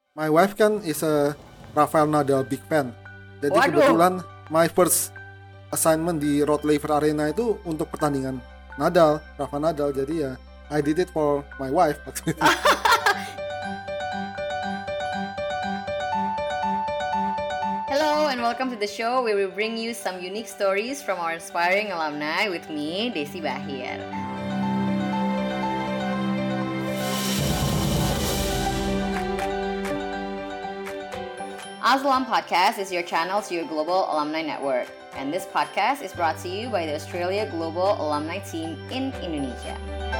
My wife kan is a Rafael Nadal big fan. Jadi Waduh. kebetulan my first assignment di Rod Laver Arena itu untuk pertandingan Rafael Nadal. Jadi ya I did it for my wife. Hello and welcome to the show where we bring you some unique stories from our inspiring alumni with me, Desi Bahir. Aslam Podcast is your channel to your global alumni network. And this podcast is brought to you by the Australia Global Alumni Team in Indonesia.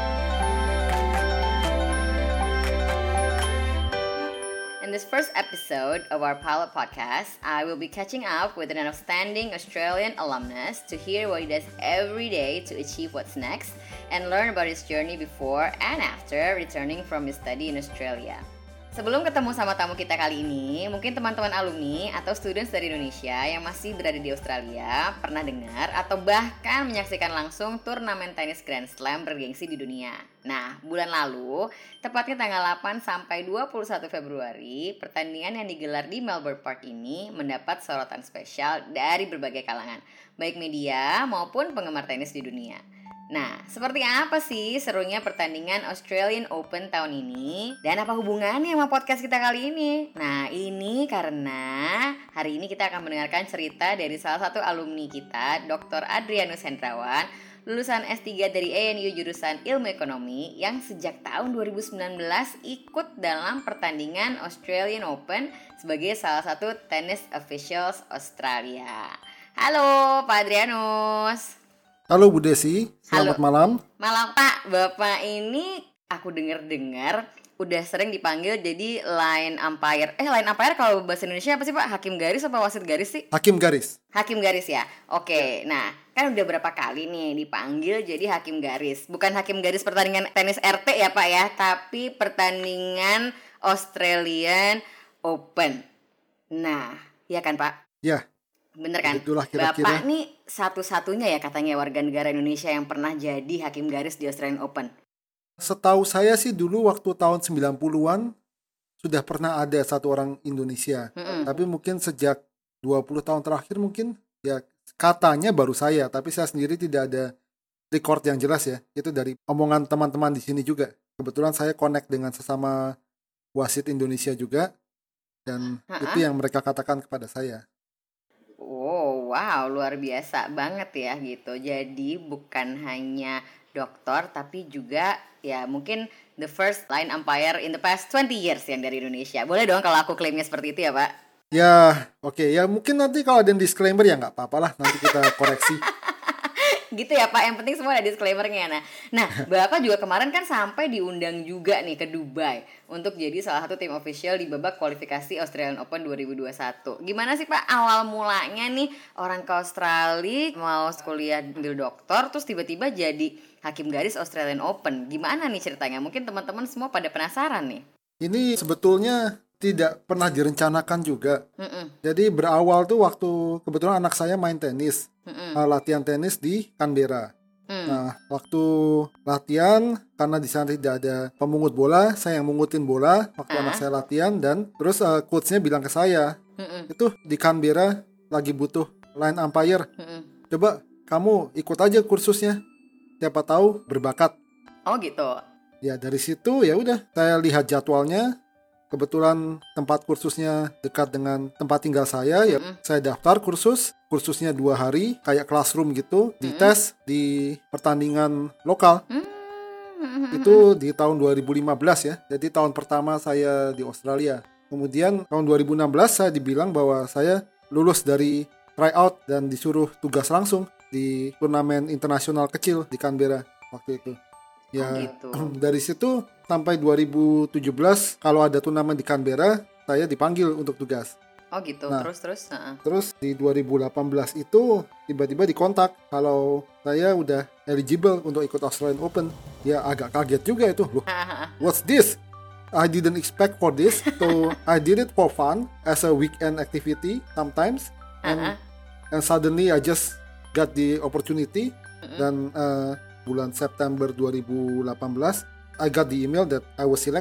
In this first episode of our pilot podcast, I will be catching up with an outstanding Australian alumnus to hear what he does every day to achieve what's next and learn about his journey before and after returning from his study in Australia. Sebelum ketemu sama tamu kita kali ini, mungkin teman-teman alumni atau students dari Indonesia yang masih berada di Australia pernah dengar atau bahkan menyaksikan langsung turnamen tenis Grand Slam bergengsi di dunia. Nah, bulan lalu, tepatnya tanggal 8 sampai 21 Februari, pertandingan yang digelar di Melbourne Park ini mendapat sorotan spesial dari berbagai kalangan, baik media maupun penggemar tenis di dunia. Nah, seperti apa sih serunya pertandingan Australian Open tahun ini? Dan apa hubungannya sama podcast kita kali ini? Nah, ini karena hari ini kita akan mendengarkan cerita dari salah satu alumni kita, Dr. Adrianus Hendrawan, lulusan S3 dari ANU jurusan Ilmu Ekonomi yang sejak tahun 2019 ikut dalam pertandingan Australian Open sebagai salah satu tennis officials Australia. Halo, Pak Adrianus. Halo Bu Desi, selamat malam. Malam Pak, Bapak ini aku dengar udah sering dipanggil jadi line umpire. Line umpire kalau bahasa Indonesia apa sih Pak? Hakim garis apa wasit garis sih? Hakim garis. Hakim garis ya. Oke. Nah, kan udah berapa kali nih dipanggil jadi hakim garis. Bukan hakim garis pertandingan tenis RT ya Pak ya, tapi pertandingan Australian Open. Nah, iya kan Pak? Ya. Bener kan? Itulah kira-kira. Bapak nih satu-satunya ya katanya warga negara Indonesia yang pernah jadi hakim garis di Australian Open. Setahu saya sih dulu waktu tahun 90-an sudah pernah ada satu orang Indonesia. Tapi mungkin sejak 20 tahun terakhir mungkin ya katanya baru saya. Tapi saya sendiri tidak ada record yang jelas ya. Itu dari omongan teman-teman di sini juga. Kebetulan saya connect dengan sesama wasit Indonesia juga. Dan itu yang mereka katakan kepada saya. Oh wow, luar biasa banget ya gitu. Jadi bukan hanya dokter tapi juga ya mungkin the first line umpire in the past 20 years yang dari Indonesia. Boleh dong kalau aku klaimnya seperti itu ya Pak? Ya oke. Ya mungkin nanti kalau ada disclaimer ya gak apa-apa lah. Nanti kita koreksi. Gitu ya Pak, yang penting semua ada disclaimer-nya. Nah, Bapak juga kemarin kan sampai diundang juga nih ke Dubai untuk jadi salah satu tim official di babak kualifikasi Australian Open 2021. Gimana sih Pak awal mulanya nih orang ke Australia mau kuliah ambil dokter terus tiba-tiba jadi hakim garis Australian Open? Gimana nih ceritanya? Mungkin teman-teman semua pada penasaran nih. Ini sebetulnya tidak pernah direncanakan juga. Jadi berawal tuh waktu kebetulan anak saya main tenis. Latihan tenis di Canberra. Nah, waktu latihan karena di sana tidak ada pemungut bola, saya yang mungutin bola waktu anak saya latihan dan terus coachnya bilang ke saya, itu di Canberra lagi butuh line umpire. Coba kamu ikut aja kursusnya. Siapa tahu berbakat. Oh gitu. Ya dari situ ya udah saya lihat jadwalnya. Kebetulan tempat kursusnya dekat dengan tempat tinggal saya, ya saya daftar kursusnya 2 hari, kayak classroom gitu, dites di pertandingan lokal. Itu di tahun 2015 ya, jadi tahun pertama saya di Australia. Kemudian tahun 2016 saya dibilang bahwa saya lulus dari tryout dan disuruh tugas langsung di turnamen internasional kecil di Canberra waktu itu. Ya, gitu. Dari situ sampai 2017 kalau ada turnamen di Canberra, saya dipanggil untuk tugas. Oh gitu, Nah, terus di 2018 itu tiba-tiba dikontak kalau saya udah eligible untuk ikut Australian Open. Ya agak kaget juga itu. Loh, what's this? I didn't expect for this. So I did it for fun as a weekend activity sometimes. And suddenly I just got the opportunity. Dan bulan September 2018 I got the email that I was selected.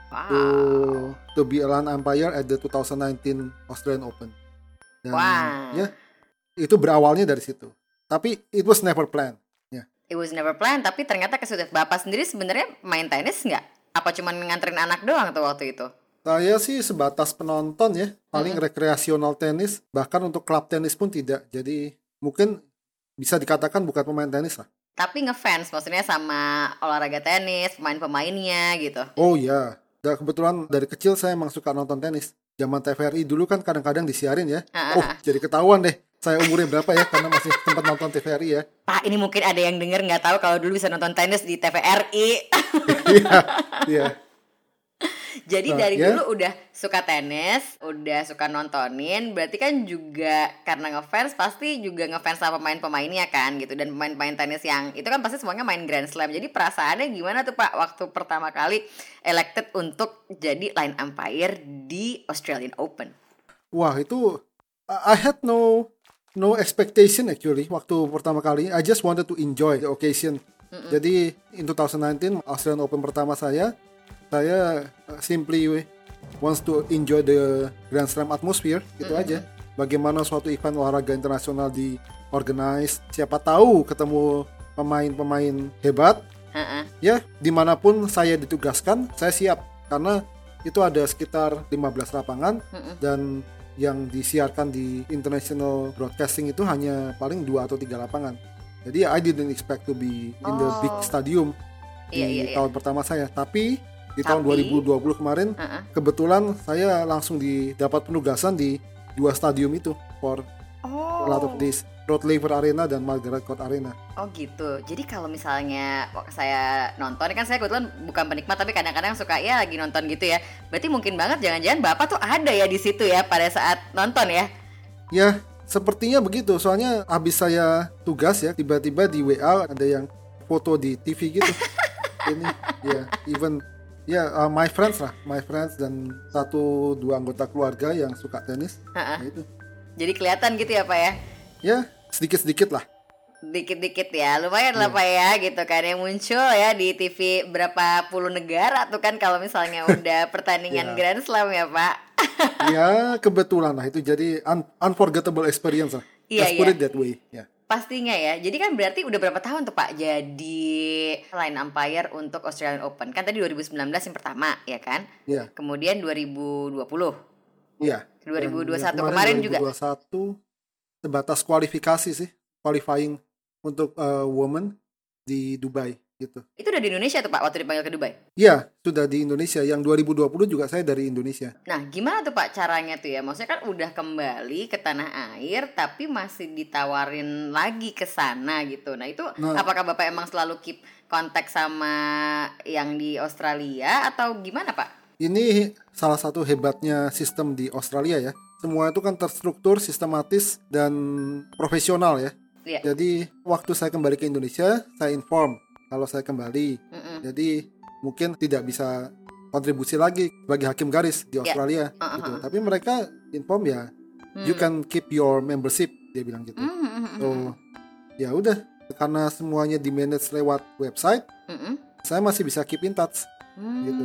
Wow. to be a land umpire at the 2019 Australian Open. Dan Wow. ya itu berawalnya dari situ. Tapi it was never planned. Ya. It was never planned, tapi ternyata kesulitan. Bapak sendiri sebenarnya main tenis nggak? Apa cuma nganterin anak doang tuh waktu itu? Saya sih sebatas penonton ya, paling rekreasional tenis, bahkan untuk klub tenis pun tidak. Jadi mungkin bisa dikatakan bukan pemain tenis lah. Tapi ngefans maksudnya sama olahraga tenis, pemain-pemainnya gitu. Oh iya, kebetulan dari kecil saya emang suka nonton tenis. Zaman TVRI dulu kan kadang-kadang disiarin ya. Oh, jadi ketahuan deh saya umurnya berapa ya, karena masih sempat nonton TVRI ya. Pak, ini mungkin ada yang denger nggak tahu kalau dulu bisa nonton tenis di TVRI. Iya, iya. Jadi dari dulu udah suka tenis, udah suka nontonin, berarti kan juga karena ngefans pasti juga ngefans sama pemain-pemainnya kan gitu. Dan pemain-pemain tenis yang itu kan pasti semuanya main Grand Slam. Jadi perasaannya gimana tuh Pak waktu pertama kali elected untuk jadi line umpire di Australian Open? Wah, itu I had no expectation actually waktu pertama kali. I just wanted to enjoy the occasion. Jadi in 2019 Australian Open pertama saya simply wants to enjoy the Grand Slam atmosphere gitu aja. Bagaimana suatu event olahraga internasional di-organize, siapa tahu ketemu pemain-pemain hebat. Ya, dimanapun saya ditugaskan, saya siap. Karena itu ada sekitar 15 lapangan dan yang disiarkan di international broadcasting itu hanya paling 2 atau 3 lapangan. Jadi I didn't expect to be in the big stadium di tahun pertama saya. Tapi di tahun 2020 kemarin kebetulan saya langsung dapat penugasan di 2 stadium itu for a lot of days, Rod Laver Arena dan Margaret Court Arena. Oh gitu. Jadi kalau misalnya saya nonton, kan saya kebetulan bukan penikmat tapi kadang-kadang suka ya lagi nonton gitu ya. Berarti mungkin banget jangan-jangan Bapak tuh ada ya di situ ya pada saat nonton ya? Ya, sepertinya begitu. Soalnya habis saya tugas ya, tiba-tiba di WA ada yang foto di TV gitu. Ini ya, even my friends dan 1-2 anggota keluarga yang suka tenis. Gitu. Jadi kelihatan gitu ya Pak ya? Ya, sedikit-sedikit lah. Dikit-dikit ya, lumayan lah Pak ya gitu kan. Yang muncul ya di TV berapa puluh negara tuh kan kalau misalnya udah pertandingan Grand Slam ya Pak. Ya, kebetulan lah itu jadi unforgettable experience lah. Let's put it that way. Ya. Pastinya ya. Jadi kan berarti udah berapa tahun tuh Pak jadi line umpire untuk Australian Open? Kan tadi 2019 yang pertama ya kan? Iya. Kemudian 2020. Iya. 2021 kemarin juga. 2021 sebatas kualifikasi sih, qualifying untuk women di Dubai gitu. Itu udah di Indonesia tuh Pak waktu dipanggil ke Dubai? Iya, sudah di Indonesia. Yang 2020 juga saya dari Indonesia. Nah, gimana tuh Pak caranya tuh ya? Maksudnya kan udah kembali ke tanah air tapi masih ditawarin lagi ke sana gitu. Nah, itu apakah Bapak emang selalu keep kontak sama yang di Australia atau gimana Pak? Ini salah satu hebatnya sistem di Australia ya. Semua itu kan terstruktur, sistematis, dan profesional ya. Iya. Jadi waktu saya kembali ke Indonesia, saya inform kalau saya kembali. Jadi mungkin tidak bisa kontribusi lagi bagi hakim garis di Australia gitu. Tapi mereka inform ya, you can keep your membership, dia bilang gitu. So ya udah, karena semuanya di manage lewat website, saya masih bisa keep in touch gitu.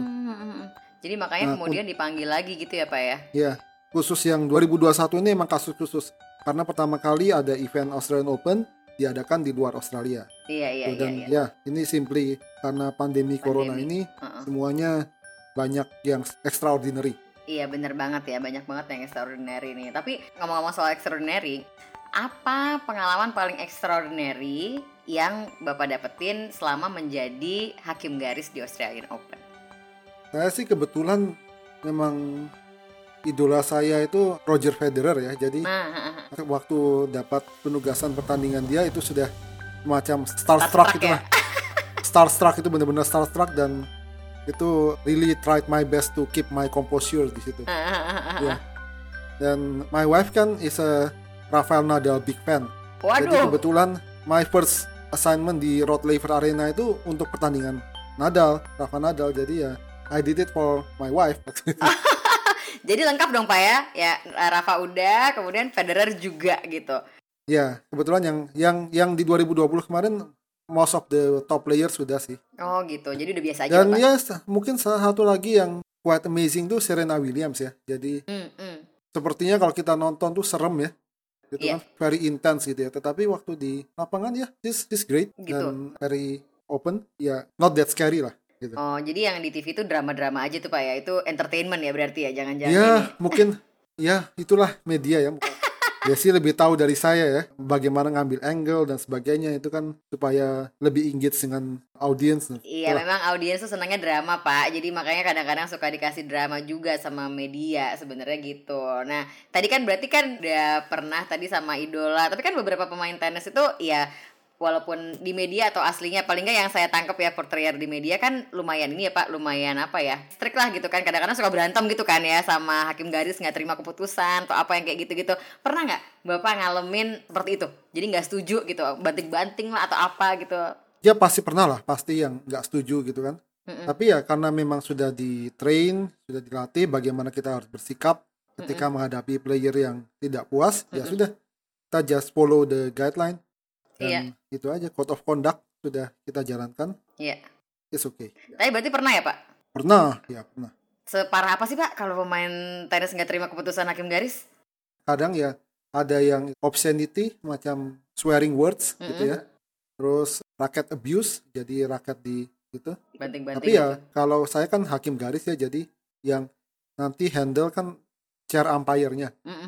Jadi makanya kemudian dipanggil lagi gitu ya Pak ya? Ya, khusus yang 2021 ini emang kasus khusus karena pertama kali ada event Australian Open diadakan di luar Australia. Iya. Dan ini simply karena pandemi corona ini semuanya banyak yang extraordinary. Iya bener banget ya, banyak banget yang extraordinary nih. Tapi ngomong-ngomong soal extraordinary, apa pengalaman paling extraordinary yang Bapak dapetin selama menjadi hakim garis di Australian Open? Saya sih kebetulan memang idola saya itu Roger Federer ya. Jadi waktu dapat penugasan pertandingan dia itu sudah semacam starstruck itu lah. Starstruck itu benar-benar starstruck dan itu really tried my best to keep my composure di situ. Ya. Dan my wife kan is a Rafael Nadal big fan. Waduh. Jadi kebetulan my first assignment di Rod Laver Arena itu untuk pertandingan Rafa Nadal. Jadi ya I did it for my wife. Jadi lengkap dong Pak ya. Ya Rafa udah, kemudian Federer juga gitu. Ya, kebetulan yang di 2020 kemarin most of the top players sudah sih. Oh gitu. Jadi udah biasa aja Dan Pak. ya mungkin salah satu lagi yang quite amazing tuh Serena Williams ya. Jadi sepertinya kalau kita nonton tuh serem ya. Gitu kan, very intense gitu ya. Tetapi waktu di lapangan ya, this great Gitu. dan very open, ya not that scary lah. Gitu. Oh, jadi yang di TV itu drama-drama aja tuh Pak ya, itu entertainment ya berarti ya, jangan-jangan Ya ini. mungkin, ya itulah media ya. Dia sih lebih tahu dari saya ya, bagaimana ngambil angle dan sebagainya itu kan supaya lebih engage dengan audiens. Iya, memang audiens tuh senangnya drama Pak, jadi makanya kadang-kadang suka dikasih drama juga sama media sebenarnya gitu. Nah, tadi kan berarti kan udah pernah tadi sama idola, tapi kan beberapa pemain tenis itu ya walaupun di media atau aslinya paling nggak yang saya tangkap ya portrayer di media kan lumayan ini ya Pak, lumayan apa ya, strict lah gitu kan, kadang-kadang suka berantem gitu kan ya sama hakim garis, nggak terima keputusan atau apa yang kayak gitu-gitu. Pernah nggak Bapak ngalamin seperti itu? Jadi nggak setuju gitu, banting-banting lah atau apa gitu? Ya pasti pernah lah, pasti yang nggak setuju gitu kan. Tapi ya karena memang sudah di-train, sudah dilatih bagaimana kita harus bersikap ketika menghadapi player yang tidak puas, ya sudah, kita just follow the guideline. Dan itu aja, code of conduct sudah kita jalankan. Iya. It's okay. Tapi berarti pernah ya Pak? Pernah, ya pernah. Separah apa sih Pak kalau pemain tenis nggak terima keputusan hakim garis? Kadang ya ada yang obscenity, macam swearing words gitu ya. Terus racket abuse, jadi raket di gitu. Banting-banting. Tapi ya kalau saya kan hakim garis ya, jadi yang nanti handle kan chair umpire-nya.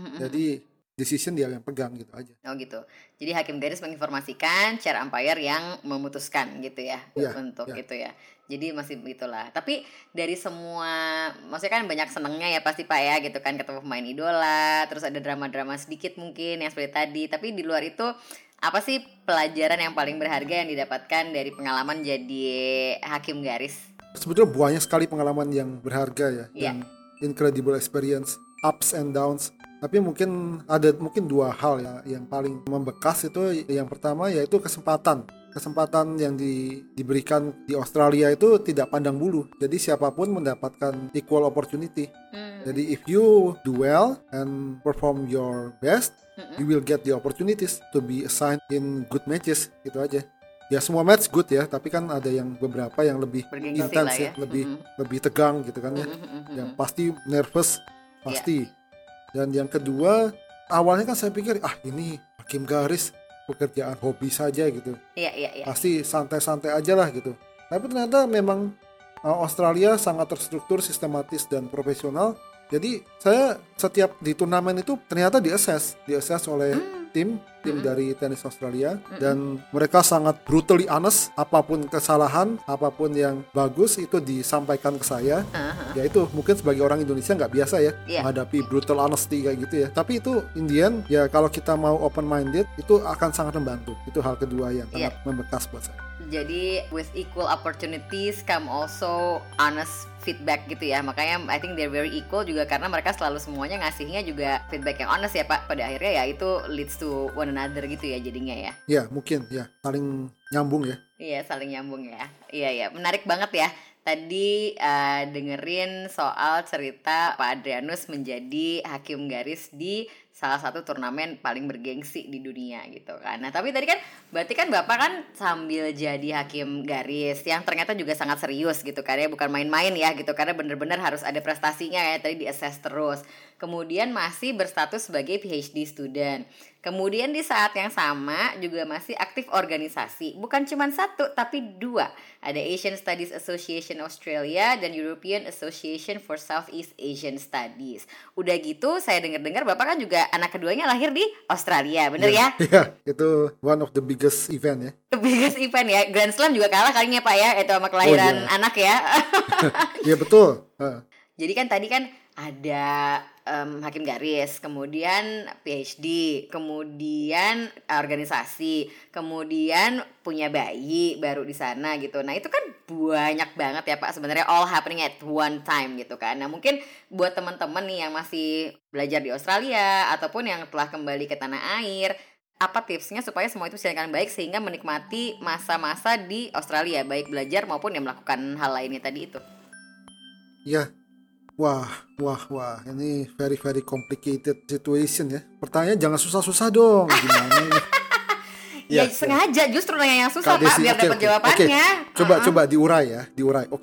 Jadi decision dia yang pegang gitu aja. Oh gitu. Jadi hakim garis menginformasikan chair umpire yang memutuskan gitu ya, untuk itu ya. Jadi masih begitulah. Tapi dari semua, maksudnya kan banyak senengnya ya pasti Pak ya gitu kan, ketemu pemain idola, terus ada drama-drama sedikit mungkin yang seperti tadi. Tapi di luar itu apa sih pelajaran yang paling berharga yang didapatkan dari pengalaman jadi hakim garis? Sebetulnya banyak sekali pengalaman yang berharga ya, dan incredible experience, ups and downs. Tapi mungkin ada dua hal ya yang paling membekas itu. Yang pertama yaitu kesempatan yang diberikan di Australia itu tidak pandang bulu. Jadi siapapun mendapatkan equal opportunity. Jadi if you do well and perform your best, you will get the opportunities to be assigned in good matches, gitu aja. Ya semua match good ya, tapi kan ada yang beberapa yang lebih intens ya, lebih tegang gitu kan ya. Yang pasti nervous, pasti. Dan yang kedua, awalnya kan saya pikir ini hakim garis pekerjaan hobi saja gitu. Iya. Pasti santai-santai aja lah gitu. Tapi ternyata memang Australia sangat terstruktur, sistematis dan profesional. Jadi saya setiap di turnamen itu ternyata di-assess oleh tim dari tenis Australia, dan mereka sangat brutally honest. Apapun kesalahan, apapun yang bagus itu disampaikan ke saya. Ya itu mungkin sebagai orang Indonesia nggak biasa ya menghadapi brutal honesty kayak gitu ya. Tapi itu in the end ya, kalau kita mau open minded itu akan sangat membantu. Itu hal kedua yang sangat membekas buat saya. Jadi with equal opportunities come also honest feedback gitu ya. Makanya I think they're very equal juga karena mereka selalu semuanya ngasihnya juga feedback yang honest ya Pak. Pada akhirnya ya itu leads to one another gitu ya jadinya ya. Ya mungkin ya, saling nyambung ya. Iya, saling nyambung ya. Iya, menarik banget ya. Tadi dengerin soal cerita Pak Adrianus menjadi hakim garis di salah satu turnamen paling bergengsi di dunia gitu kan. Nah tapi tadi kan berarti kan Bapak kan sambil jadi hakim garis yang ternyata juga sangat serius gitu kan ya, bukan main-main ya gitu, karena bener-bener harus ada prestasinya ya, tadi di-assess terus. Kemudian masih berstatus sebagai PhD student. Kemudian di saat yang sama juga masih aktif organisasi, bukan cuma satu tapi dua. Ada Asian Studies Association Australia dan European Association for Southeast Asian Studies. Udah gitu saya dengar-dengar Bapak kan juga anak keduanya lahir di Australia, bener ya? Iya, itu one of the biggest event ya. The biggest event ya, Grand Slam juga kalah kalinya Pak ya, itu sama kelahiran anak ya. Iya betul. Jadi kan tadi kan ada hakim garis, kemudian PhD, kemudian organisasi, kemudian punya bayi baru di sana gitu. Nah itu kan banyak banget ya Pak sebenarnya, all happening at one time gitu kan. Nah mungkin buat teman-teman nih yang masih belajar di Australia ataupun yang telah kembali ke tanah air, apa tipsnya supaya semua itu berjalan baik sehingga menikmati masa-masa di Australia, baik belajar maupun yang melakukan hal lainnya tadi itu? Ya. Wah, ini very complicated situation ya. Pertanyaan jangan susah-susah dong, gimana ini? Ya sengaja justru nanya yang susah Pak, biar dapat jawabannya. Coba diurai ya, Oke.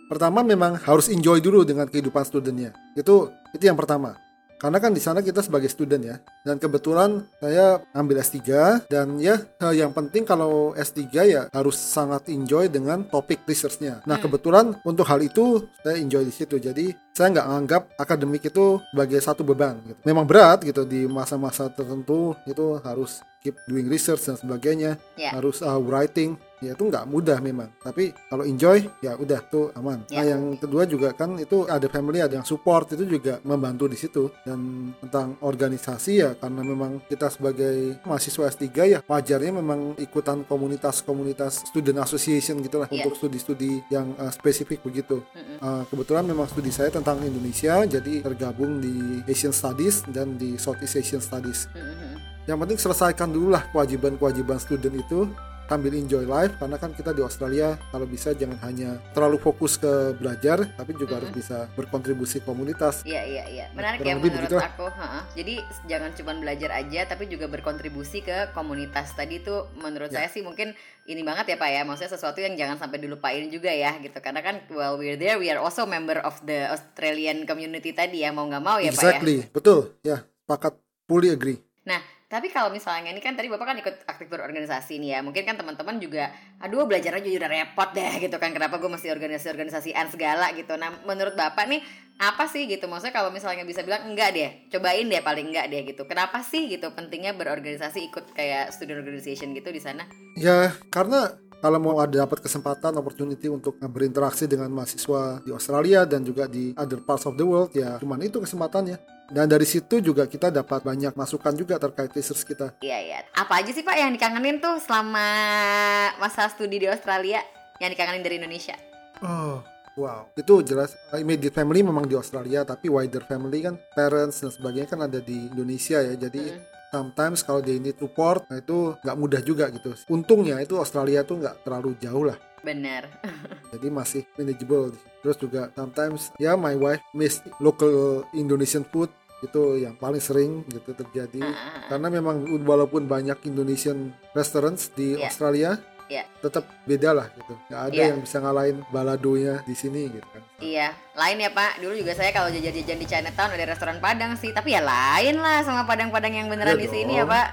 Pertama memang harus enjoy dulu dengan kehidupan studentnya. Itu yang pertama. Karena kan di sana kita sebagai student ya. Dan kebetulan saya ambil S3 dan ya yang penting kalau S3 ya harus sangat enjoy dengan topik research-nya. Nah, kebetulan untuk hal itu saya enjoy di situ. Jadi saya nggak anggap akademik itu sebagai satu beban gitu. Memang berat gitu di masa-masa tertentu itu harus keep doing research dan sebagainya. Harus writing. Ya itu nggak mudah memang, tapi kalau enjoy ya udah tuh aman. Nah yang kedua juga kan itu ada family, ada yang support, itu juga membantu di situ. Dan tentang organisasi ya karena memang kita sebagai mahasiswa S3 ya wajarnya memang ikutan komunitas-komunitas student association gitulah untuk studi-studi yang spesifik begitu. Kebetulan memang studi saya tentang Indonesia, jadi tergabung di Asian Studies dan di Southeast Asian Studies. Yang penting selesaikan dulu lah kewajiban-kewajiban student itu sambil enjoy life, karena kan kita di Australia kalau bisa jangan hanya terlalu fokus ke belajar tapi juga harus bisa berkontribusi komunitas. Iya. Menarik ya menurut aku. Jadi jangan cuma belajar aja tapi juga berkontribusi ke komunitas. Tadi tuh menurut saya sih mungkin ini banget ya Pak ya, maksudnya sesuatu yang jangan sampai dilupain juga ya gitu, karena kan while we're there we are also member of the Australian community tadi ya, mau nggak mau ya Pak ya. Exactly, betul ya, sepakat, fully agree. Nah, tapi kalau misalnya ini kan tadi Bapak kan ikut aktif berorganisasi nih ya. Mungkin kan teman-teman juga, aduh belajar aja udah repot deh gitu kan. Kenapa gue mesti organisasi-organisasian segala gitu. Nah, menurut Bapak nih apa sih gitu? Maksudnya kalau misalnya bisa bilang enggak deh, cobain deh paling enggak deh gitu. Kenapa sih gitu pentingnya berorganisasi, ikut kayak student organization gitu di sana? Ya, karena kalau mau ada dapat kesempatan, opportunity untuk berinteraksi dengan mahasiswa di Australia dan juga di other parts of the world, ya cuman itu kesempatannya. Dan dari situ juga kita dapat banyak masukan juga terkait research kita. Iya. Apa aja sih Pak yang dikangenin tuh selama masa studi di Australia yang dikangenin dari Indonesia? Oh, wow. Itu jelas immediate family memang di Australia, tapi wider family kan, parents dan sebagainya kan ada di Indonesia ya. Jadi sometimes kalau they need support, nah itu nggak mudah juga gitu. Untungnya itu Australia tuh nggak terlalu jauh lah. Bener. Jadi masih manageable. Terus juga sometimes ya my wife miss local Indonesian food, itu yang paling sering gitu terjadi. Karena memang walaupun banyak Indonesian restaurants di Australia, tetap beda lah gitu. Nggak ada yang bisa ngalahin baladonya di sini gitu kan. Iya, lain ya Pak. Dulu juga saya kalau jajan-jajan di Chinatown ada restoran Padang sih, tapi ya lain lah sama Padang-Padang yang beneran di sini ya Pak.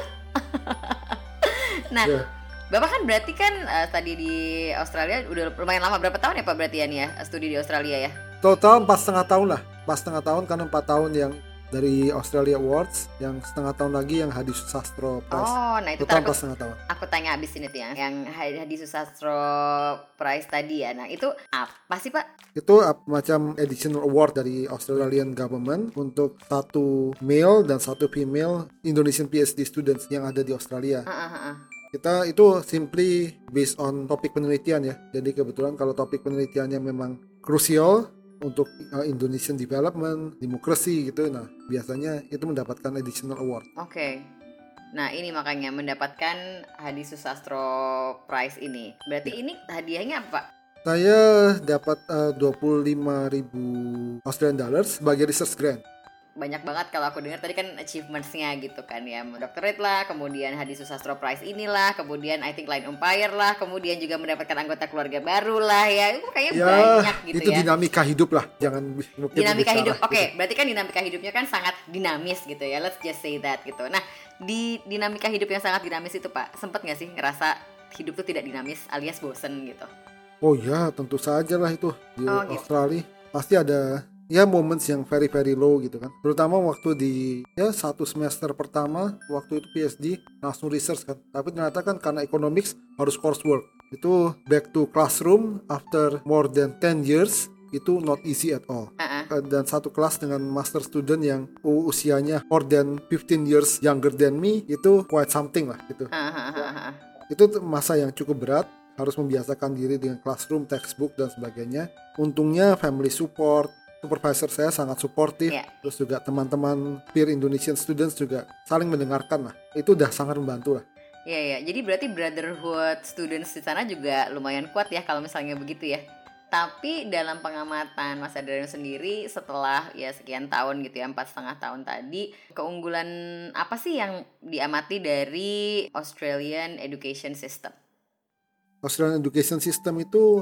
Nah, Bapak kan berarti kan tadi di Australia udah lumayan lama, berapa tahun ya Pak berarti ya nih ya studi di Australia ya? Total 4,5 tahun lah. 4,5 tahun karena 4 tahun yang dari Australia Awards, yang setengah tahun lagi yang Hadi Susastro Prize. Oh, nah itu total 4,5 tahun. Aku tanya abis ini tuh yang Hadi Susastro Prize tadi ya. Nah itu apa sih Pak? Itu macam additional award dari Australian government untuk satu male dan satu female Indonesian PhD students yang ada di Australia. Kita itu simply based on topik penelitian ya. Jadi kebetulan kalau topik penelitiannya memang krusial untuk Indonesian development, demokrasi gitu, nah biasanya itu mendapatkan additional award. Oke. Nah ini makanya mendapatkan Hadi Susastro Prize ini. Berarti ini hadiahnya apa Pak? Saya dapat 25.000 Australian dollars sebagai research grant. Banyak banget kalau aku dengar tadi kan achievements-nya gitu kan ya, doctorate lah, kemudian Hadi Susastro Prize inilah, kemudian I think Lion Empire lah, kemudian juga mendapatkan anggota keluarga baru lah ya, itu kayaknya banyak gitu itu ya. Itu dinamika hidup lah, jangan dinamika hidup, oke, gitu. Berarti kan dinamika hidupnya kan sangat dinamis gitu ya, let's just say that gitu. Nah di dinamika hidup yang sangat dinamis itu Pak, sempet nggak sih ngerasa hidup tuh tidak dinamis alias bosen gitu? Oh ya tentu saja lah itu di Australia gitu. Pasti ada ya moments yang very very low gitu kan, terutama waktu di satu semester pertama waktu itu PhD langsung research kan, tapi ternyata kan karena economics harus coursework, itu back to classroom after more than 10 years itu not easy at all. Dan satu kelas dengan master student yang usianya more than 15 years younger than me, itu quite something lah gitu. Itu masa yang cukup berat, harus membiasakan diri dengan classroom, textbook dan sebagainya. Untungnya family support, supervisor saya sangat suportif, terus juga teman-teman peer Indonesian students juga saling mendengarkan lah. Itu udah sangat membantu lah. Iya. Jadi berarti brotherhood students di sana juga lumayan kuat ya kalau misalnya begitu ya. Tapi dalam pengamatan Mas Adrian sendiri setelah ya sekian tahun gitu ya, 4,5 tahun tadi, keunggulan apa sih yang diamati dari Australian Education System? Australian Education System itu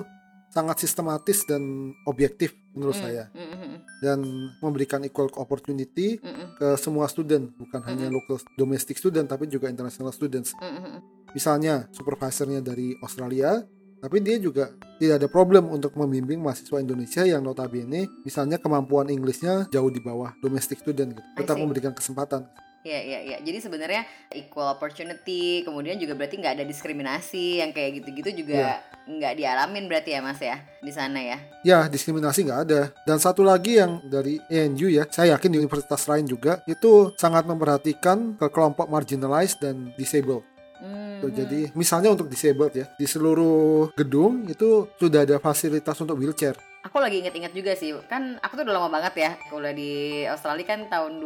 sangat sistematis dan objektif menurut saya, dan memberikan equal opportunity ke semua student, bukan hanya local domestic student tapi juga international students. Misalnya supervisornya dari Australia, tapi dia juga tidak ada problem untuk membimbing mahasiswa Indonesia yang notabene misalnya kemampuan Inggrisnya jauh di bawah domestic student gitu. Tetap memberikan kesempatan. Ya. Jadi sebenarnya equal opportunity, kemudian juga berarti nggak ada diskriminasi yang kayak gitu-gitu juga nggak dialamin berarti ya Mas ya di sana ya? Ya, diskriminasi nggak ada. Dan satu lagi yang dari ANU ya, saya yakin di universitas lain juga itu sangat memperhatikan ke kelompok marginalized dan disabled. Jadi misalnya untuk disabled ya, di seluruh gedung itu sudah ada fasilitas untuk wheelchair. Aku lagi inget-inget juga sih, kan aku tuh udah lama banget ya kuliah di Australia kan tahun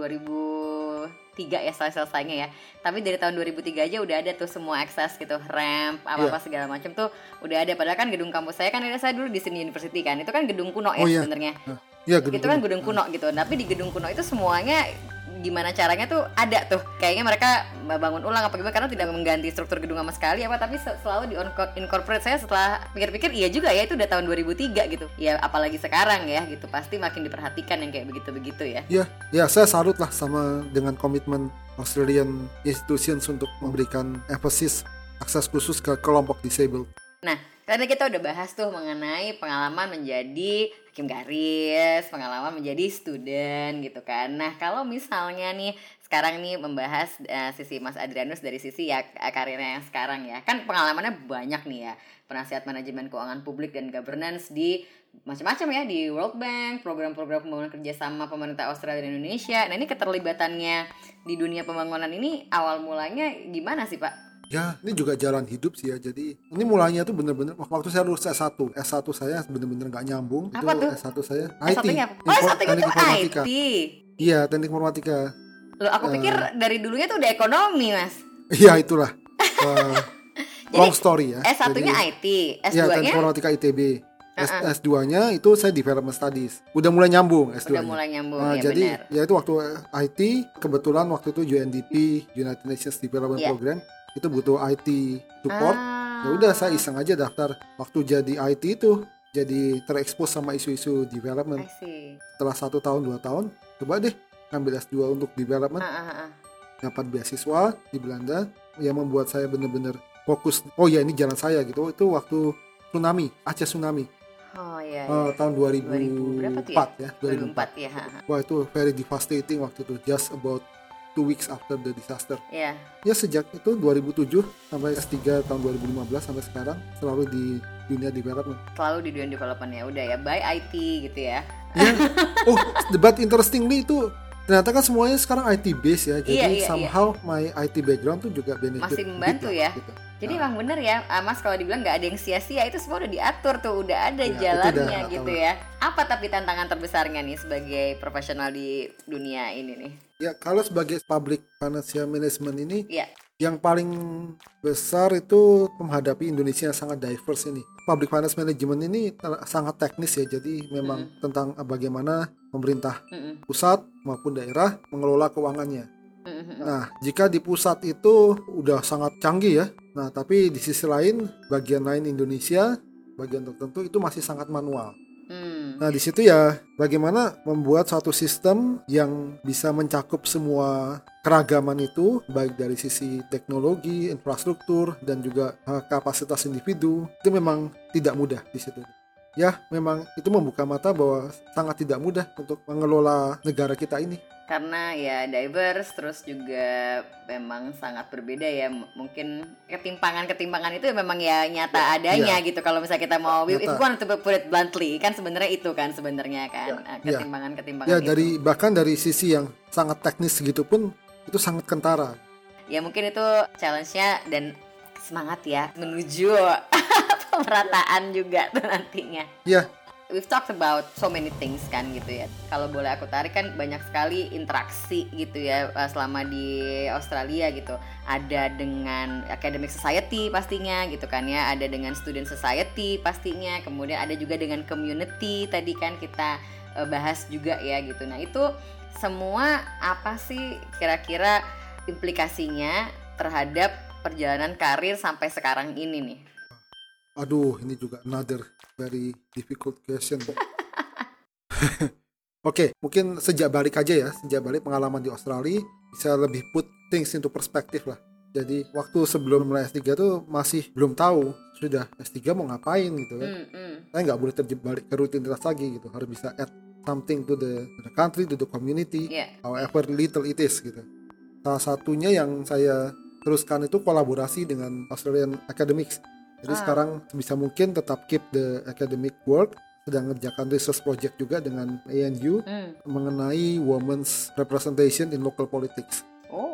2003 ya selesainya ya. Tapi dari tahun 2003 aja udah ada tuh semua akses gitu, ramp, apa-apa segala macam tuh udah ada. Padahal kan gedung kampus saya kan ada, saya dulu di Sydney University kan, itu kan gedung kuno ya sebenarnya. Itu kan gedung kuno gitu. Tapi di gedung kuno itu semuanya gimana caranya tuh ada tuh, kayaknya mereka bangun ulang apa gimana, karena tidak mengganti struktur gedung sama sekali apa, tapi selalu di incorporate. Saya setelah pikir-pikir iya juga ya, itu udah tahun 2003 gitu ya, apalagi sekarang ya gitu, pasti makin diperhatikan yang kayak begitu-begitu ya. Ya saya salut lah sama dengan komitmen Australian institutions untuk memberikan emphasis akses khusus ke kelompok disabled. Nah, karena kita udah bahas tuh mengenai pengalaman menjadi hakim garis, pengalaman menjadi student gitu kan. Nah, kalau misalnya nih sekarang nih membahas sisi Mas Adrianus dari sisi ya karirnya yang sekarang ya. Kan pengalamannya banyak nih ya. Penasihat manajemen keuangan publik dan governance di macam-macam ya, di World Bank, program-program pembangunan kerjasama pemerintah Australia dan Indonesia. Nah, ini keterlibatannya di dunia pembangunan ini awal mulanya gimana sih Pak? Ya, ini juga jalan hidup sih ya. Jadi ini mulainya tuh bener-bener waktu saya lulus S1 saya bener-bener gak nyambung. Apa itu tuh? S1 saya IT. Teknik informatika. IT. Iya, teknik informatika. Loh, aku pikir dari dulunya tuh udah ekonomi, Mas. Iya, itulah. Long story ya. S1-nya IT, S2-nya? Iya, teknik informatika ITB. S2-nya itu saya development studies. Udah mulai nyambung S2-nya. Udah mulai nyambung, ya jadi bener. Ya itu waktu IT, kebetulan waktu itu UNDP, United Nations Development Program, itu butuh IT support. Ya udah saya iseng aja daftar. Waktu jadi IT itu jadi terekspos sama isu-isu development. Setelah 1 tahun 2 tahun, coba deh ngambil S2 untuk development. Dapat beasiswa di Belanda yang membuat saya benar-benar fokus. Oh ya, ini jalan saya gitu. Itu waktu tsunami, Aceh tsunami. Tahun 2004 ya. 2004 ya. Wah, itu very devastating waktu itu. Just about 2 weeks after the disaster. Ya sejak itu 2007 sampai S3 tahun 2015 sampai sekarang selalu di dunia development. Selalu di dunia development ya, udah ya, by IT gitu ya. Oh, but interestingly itu ternyata kan semuanya sekarang IT base ya. Jadi somehow my IT background tuh juga benefit. Masih membantu ya. Gitu. Jadi emang bener ya, Mas, kalau dibilang nggak ada yang sia-sia, itu semua udah diatur tuh, udah ada jalannya gitu ya. Apa tapi tantangan terbesarnya nih sebagai profesional di dunia ini nih? Ya, kalau sebagai public financial management ini, yang paling besar itu menghadapi Indonesia yang sangat diverse ini. Public finance management ini sangat teknis ya, jadi memang tentang bagaimana pemerintah pusat maupun daerah mengelola keuangannya. Nah, jika di pusat itu udah sangat canggih ya. Nah, tapi di sisi lain, bagian lain Indonesia, bagian tertentu itu masih sangat manual. Nah, di situ ya bagaimana membuat suatu sistem yang bisa mencakup semua keragaman itu, baik dari sisi teknologi, infrastruktur, dan juga kapasitas individu, itu memang tidak mudah di situ. Ya, memang itu membuka mata bahwa sangat tidak mudah untuk mengelola negara kita ini. Karena ya diverse, terus juga memang sangat berbeda ya. Mungkin ketimpangan itu memang ya nyata adanya gitu. Kalau misalnya kita mau, if you want to put it bluntly, kan sebenarnya itu kan sebenarnya kan ketimpangan-ketimpangan itu. Bahkan dari sisi yang sangat teknis gitu pun itu sangat kentara. Ya mungkin itu challenge-nya, dan semangat ya menuju pemerataan juga tuh nantinya. We've talked about so many things kan gitu ya. Kalau boleh aku tarik kan banyak sekali interaksi gitu ya selama di Australia gitu. Ada dengan academic society pastinya gitu kan ya. Ada dengan student society pastinya. Kemudian ada juga dengan community tadi kan kita bahas juga ya gitu. Nah itu semua apa sih kira-kira implikasinya terhadap perjalanan karir sampai sekarang ini nih? Aduh, ini juga another very difficult question. Oke, mungkin sejak balik pengalaman di Australia bisa lebih put things into perspective lah. Jadi waktu sebelum mulai S3 tuh masih belum tahu sudah S3 mau ngapain gitu kan. Saya nggak boleh balik ke rutinitas lagi gitu, harus bisa add something to the country, to the community, however little it is gitu. Salah satunya yang saya teruskan itu kolaborasi dengan Australian Academics. Jadi sekarang bisa mungkin tetap keep the academic work, sedang ngerjakan research project juga dengan ANU mengenai women's representation in local politics.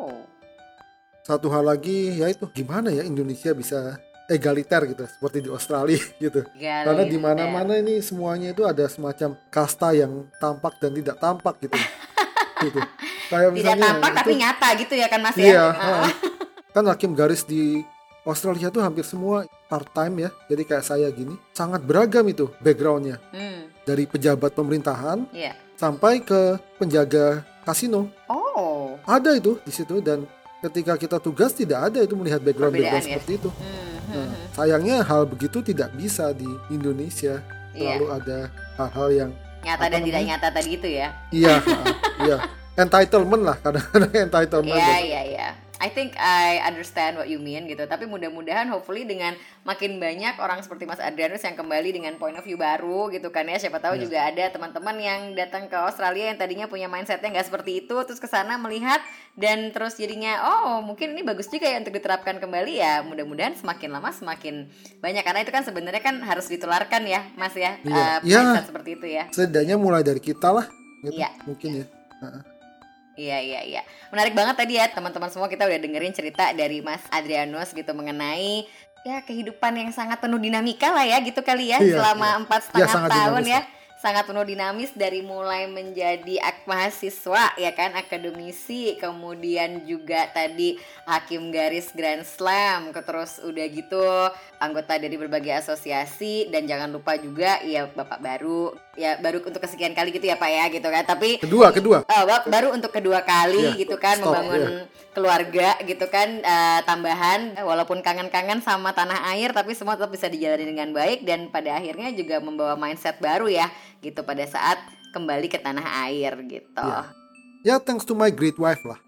Satu hal lagi yaitu gimana ya Indonesia bisa egaliter gitu seperti di Australia gitu. Karena di mana-mana ini semuanya itu ada semacam kasta yang tampak dan tidak tampak gitu. Gitu. Kayak tidak tampak tapi nyata gitu ya kan Mas ya? Iya. Kan hakim garis di Australia tuh hampir semua part-time ya. Jadi kayak saya gini, sangat beragam itu backgroundnya. Dari pejabat pemerintahan sampai ke penjaga kasino. Ada itu di situ, dan ketika kita tugas tidak ada itu melihat background seperti itu. Nah, sayangnya hal begitu tidak bisa di Indonesia. Selalu ada hal-hal yang nyata dan tidak nyata tadi itu ya. Iya. Entitlement lah, kadang-kadang entitlement. Iya. I think I understand what you mean gitu. Tapi mudah-mudahan hopefully dengan makin banyak orang seperti Mas Adrianus yang kembali dengan point of view baru gitu kan ya. Siapa tahu juga ada teman-teman yang datang ke Australia yang tadinya punya mindsetnya nggak seperti itu, terus kesana melihat dan terus jadinya mungkin ini bagus juga ya untuk diterapkan kembali ya. Mudah-mudahan semakin lama semakin banyak, karena itu kan sebenarnya kan harus ditularkan ya Mas ya. Mindset seperti itu ya. Setidaknya mulai dari kita lah gitu, mungkin ya. Iya. Menarik banget tadi ya teman-teman semua, kita udah dengerin cerita dari Mas Adrianus gitu mengenai ya kehidupan yang sangat penuh dinamika lah ya gitu kali ya, selama 4,5 tahun ya. Sangat penuh dinamis, dari mulai menjadi mahasiswa ya kan, akademisi, kemudian juga tadi hakim garis Grand Slam, terus udah gitu anggota dari berbagai asosiasi, dan jangan lupa juga ya bapak baru untuk kesekian kali gitu ya Pak ya gitu kan, tapi kedua baru untuk kedua kali gitu kan, membangun keluarga gitu kan, tambahan walaupun kangen-kangen sama tanah air, tapi semua tetap bisa dijalani dengan baik, dan pada akhirnya juga membawa mindset baru ya gitu pada saat kembali ke tanah air gitu. Ya thanks to my great wife lah.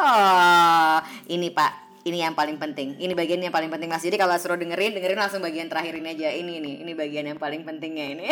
Ini Pak, ini yang paling penting. Ini bagian yang paling penting Mas. Jadi kalau suruh dengerin langsung bagian terakhir ini aja. Ini bagian yang paling pentingnya ini.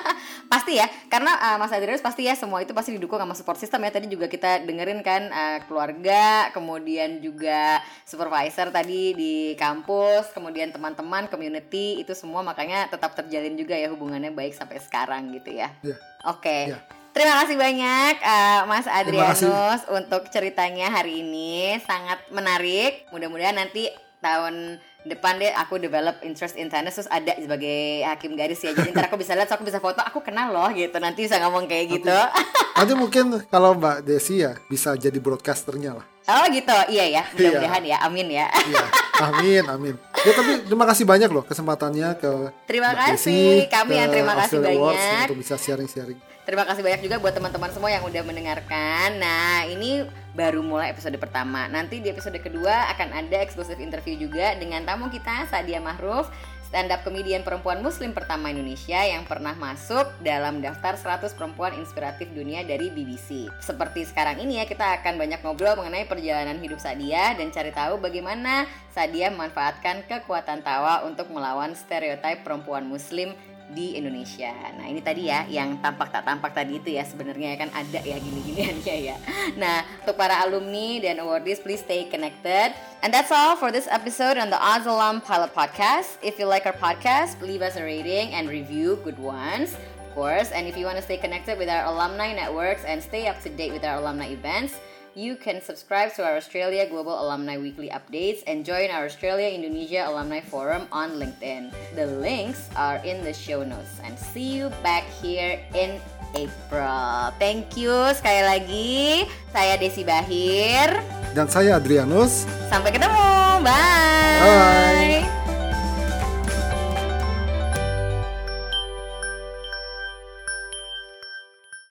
Pasti ya, karena Mas Adrianus pasti ya semua itu pasti didukung sama support system ya. Tadi juga kita dengerin kan keluarga, kemudian juga supervisor tadi di kampus, kemudian teman-teman, community, itu semua makanya tetap terjalin juga ya hubungannya baik sampai sekarang gitu ya. Oke. Terima kasih banyak Mas Adrianus untuk ceritanya hari ini, sangat menarik. Mudah-mudahan nanti tahun depan deh aku develop interest in tennis, terus ada sebagai hakim garis ya. Jadi ntar aku bisa lihat, so aku bisa foto, aku kenal loh gitu. Nanti bisa ngomong kayak gitu. Nanti mungkin kalau Mbak Desi ya bisa jadi broadcasternya lah. Oh gitu, iya ya, mudah-mudahan ya, amin ya. Iya, amin. Ya tapi terima kasih banyak loh kesempatannya ke Terima Mbak kasih, Desi, kami yang terima kasih banyak untuk bisa sharing-sharing. Terima kasih banyak juga buat teman-teman semua yang udah mendengarkan. Nah, ini baru mulai episode pertama. Nanti di episode kedua akan ada eksklusif interview juga dengan tamu kita, Sadia Mahruf, stand-up comedian perempuan muslim pertama Indonesia yang pernah masuk dalam daftar 100 perempuan inspiratif dunia dari BBC. Seperti sekarang ini ya, kita akan banyak ngobrol mengenai perjalanan hidup Sadia dan cari tahu bagaimana Sadia memanfaatkan kekuatan tawa untuk melawan stereotip perempuan muslim di Indonesia. Nah ini tadi ya yang tampak tak tampak tadi itu ya, sebenarnya kan ada ya gini-giniannya ya. Nah untuk para alumni dan awardees, please stay connected. And that's all for this episode on the Oz Alum Pilot Podcast. If you like our podcast, leave us a rating and review, good ones of course. And if you want to stay connected with our alumni networks and stay up to date with our alumni events, you can subscribe to our Australia Global Alumni Weekly Updates and join our Australia Indonesia Alumni Forum on LinkedIn. The links are in the show notes. And see you back here in April. Thank you sekali lagi. Saya Desi Bahir. Dan saya Adrianus. Sampai ketemu. Bye. Bye.